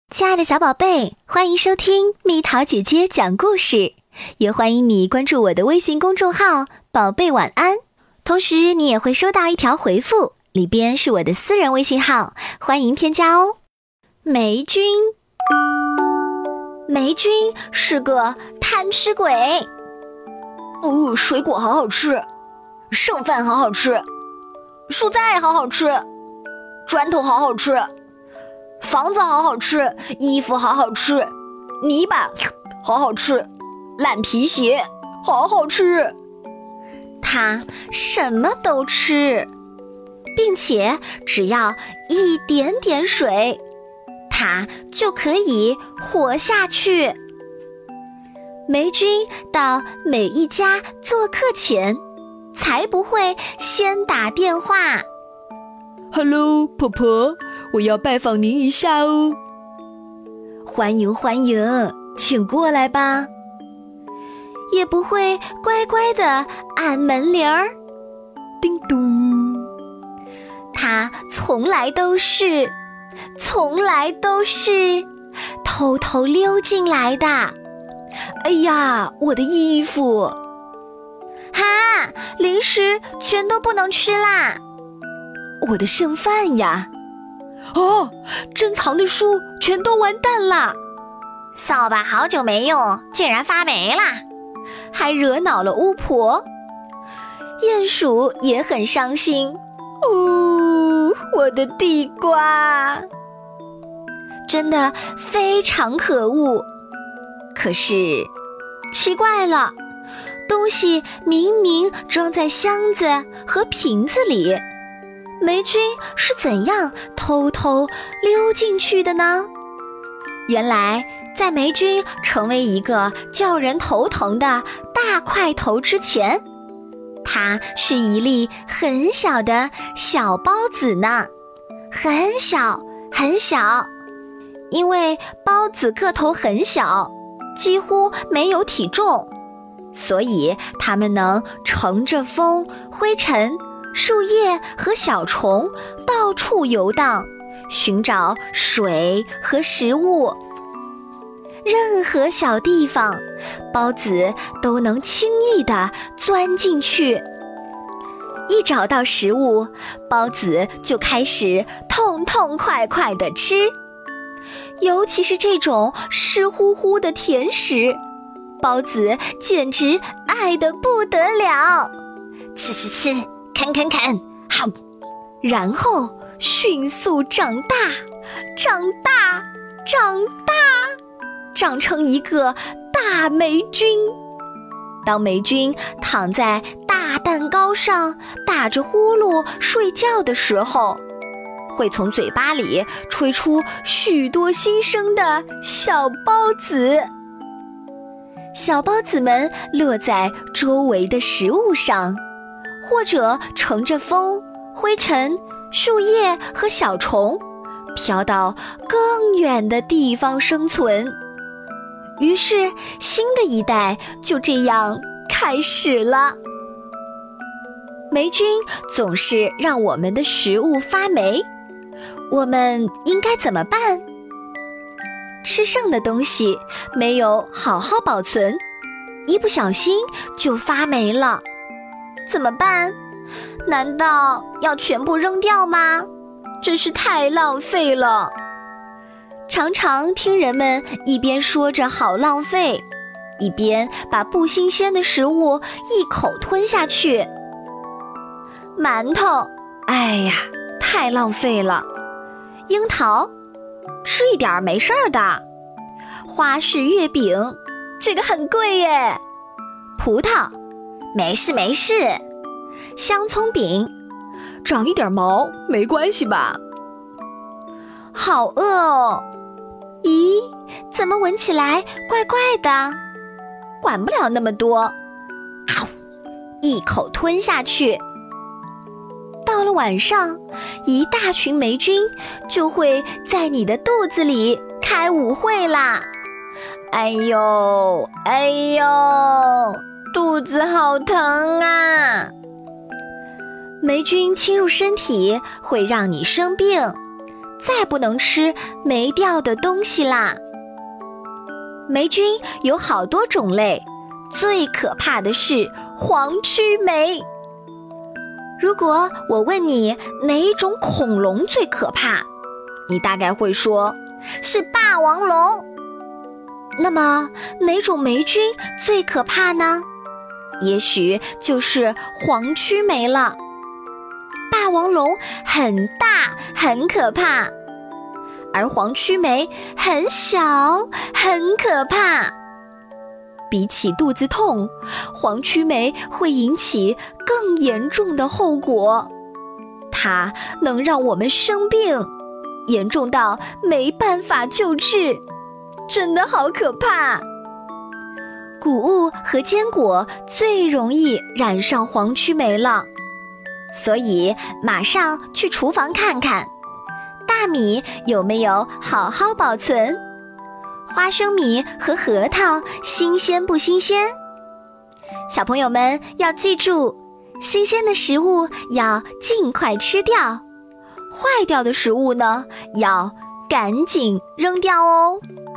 亲爱的小宝贝，欢迎收听蜜桃姐姐讲故事，也欢迎你关注我的微信公众号宝贝晚安。同时你也会收到一条回复，里边是我的私人微信号，欢迎添加哦。霉菌是个贪吃鬼。 水果好好吃，剩饭好好吃，蔬菜好好吃，砖头好好吃，房子好好吃，衣服好好吃，泥巴好好吃，烂皮鞋好好吃。 他什么都吃，并且只要一点点水，他就可以活下去。霉菌到每一家做客前，才不会先打电话。 Hello， 婆婆，我要拜访您一下哦。 欢迎欢迎，请过来吧。也不会乖乖地按门铃儿， 叮咚。 他从来都是偷偷溜进来的。 哎呀，我的衣服！ 哈，零食全都不能吃啦！ 我的剩饭呀！哦，珍藏的书全都完蛋啦！ 扫把好久没用，竟然发霉啦！ 还惹恼了巫婆。鼹鼠也很伤心。 我的地瓜！ 真的非常可恶。可是，奇怪了，东西明明装在箱子和瓶子里，霉菌是怎样偷偷溜进去的呢？原来，在霉菌成为一个叫人头疼的大块头之前，它是一粒很小的小孢子呢，很小很小。因为孢子个头很小，几乎没有体重，所以它们能乘着风、灰尘、树叶和小虫到处游荡，寻找水和食物。任何小地方，孢子都能轻易地钻进去。一找到食物，孢子就开始痛痛快快地吃。尤其是这种湿乎乎的甜食，孢子简直爱得不得了。 吃吃吃，啃啃啃，好！ 然后迅速长大，长成一个大霉菌。当霉菌躺在大蛋糕上打着呼噜睡觉的时候，会从嘴巴里吹出许多新生的小孢子。小孢子们落在周围的食物上，或者乘着风、灰尘、树叶和小虫，飘到更远的地方生存。于是，新的一代就这样开始了。霉菌总是让我们的食物发霉，我们应该怎么办？吃剩的东西没有好好保存，一不小心就发霉了，怎么办？难道要全部扔掉吗？真是太浪费了。常常听人们一边说着好浪费，一边把不新鲜的食物一口吞下去。馒头，哎呀，太浪费了。樱桃，吃一点没事儿的。花式月饼，这个很贵耶。葡萄，没事没事。香葱饼， 长一点毛没关系吧？ 好饿哦。咦，怎么闻起来怪怪的？管不了那么多，一口吞下去。到了晚上，一大群霉菌就会在你的肚子里开舞会啦。哎呦哎呦，肚子好疼啊！霉菌侵入身体会让你生病， 再不能吃霉掉的东西啦。霉菌有好多种类，最可怕的是黄曲霉。如果我问你哪种恐龙最可怕，你大概会说是霸王龙。那么哪种霉菌最可怕呢？也许就是黄曲霉了。霸王龙很大很可怕，而黄曲霉很小很可怕。比起肚子痛，黄曲霉会引起更严重的后果，它能让我们生病，严重到没办法救治，真的好可怕。谷物和坚果最容易染上黄曲霉了，所以马上去厨房看看，大米有没有好好保存？花生米和核桃新鲜不新鲜？小朋友们要记住，新鲜的食物要尽快吃掉，坏掉的食物呢，要赶紧扔掉哦。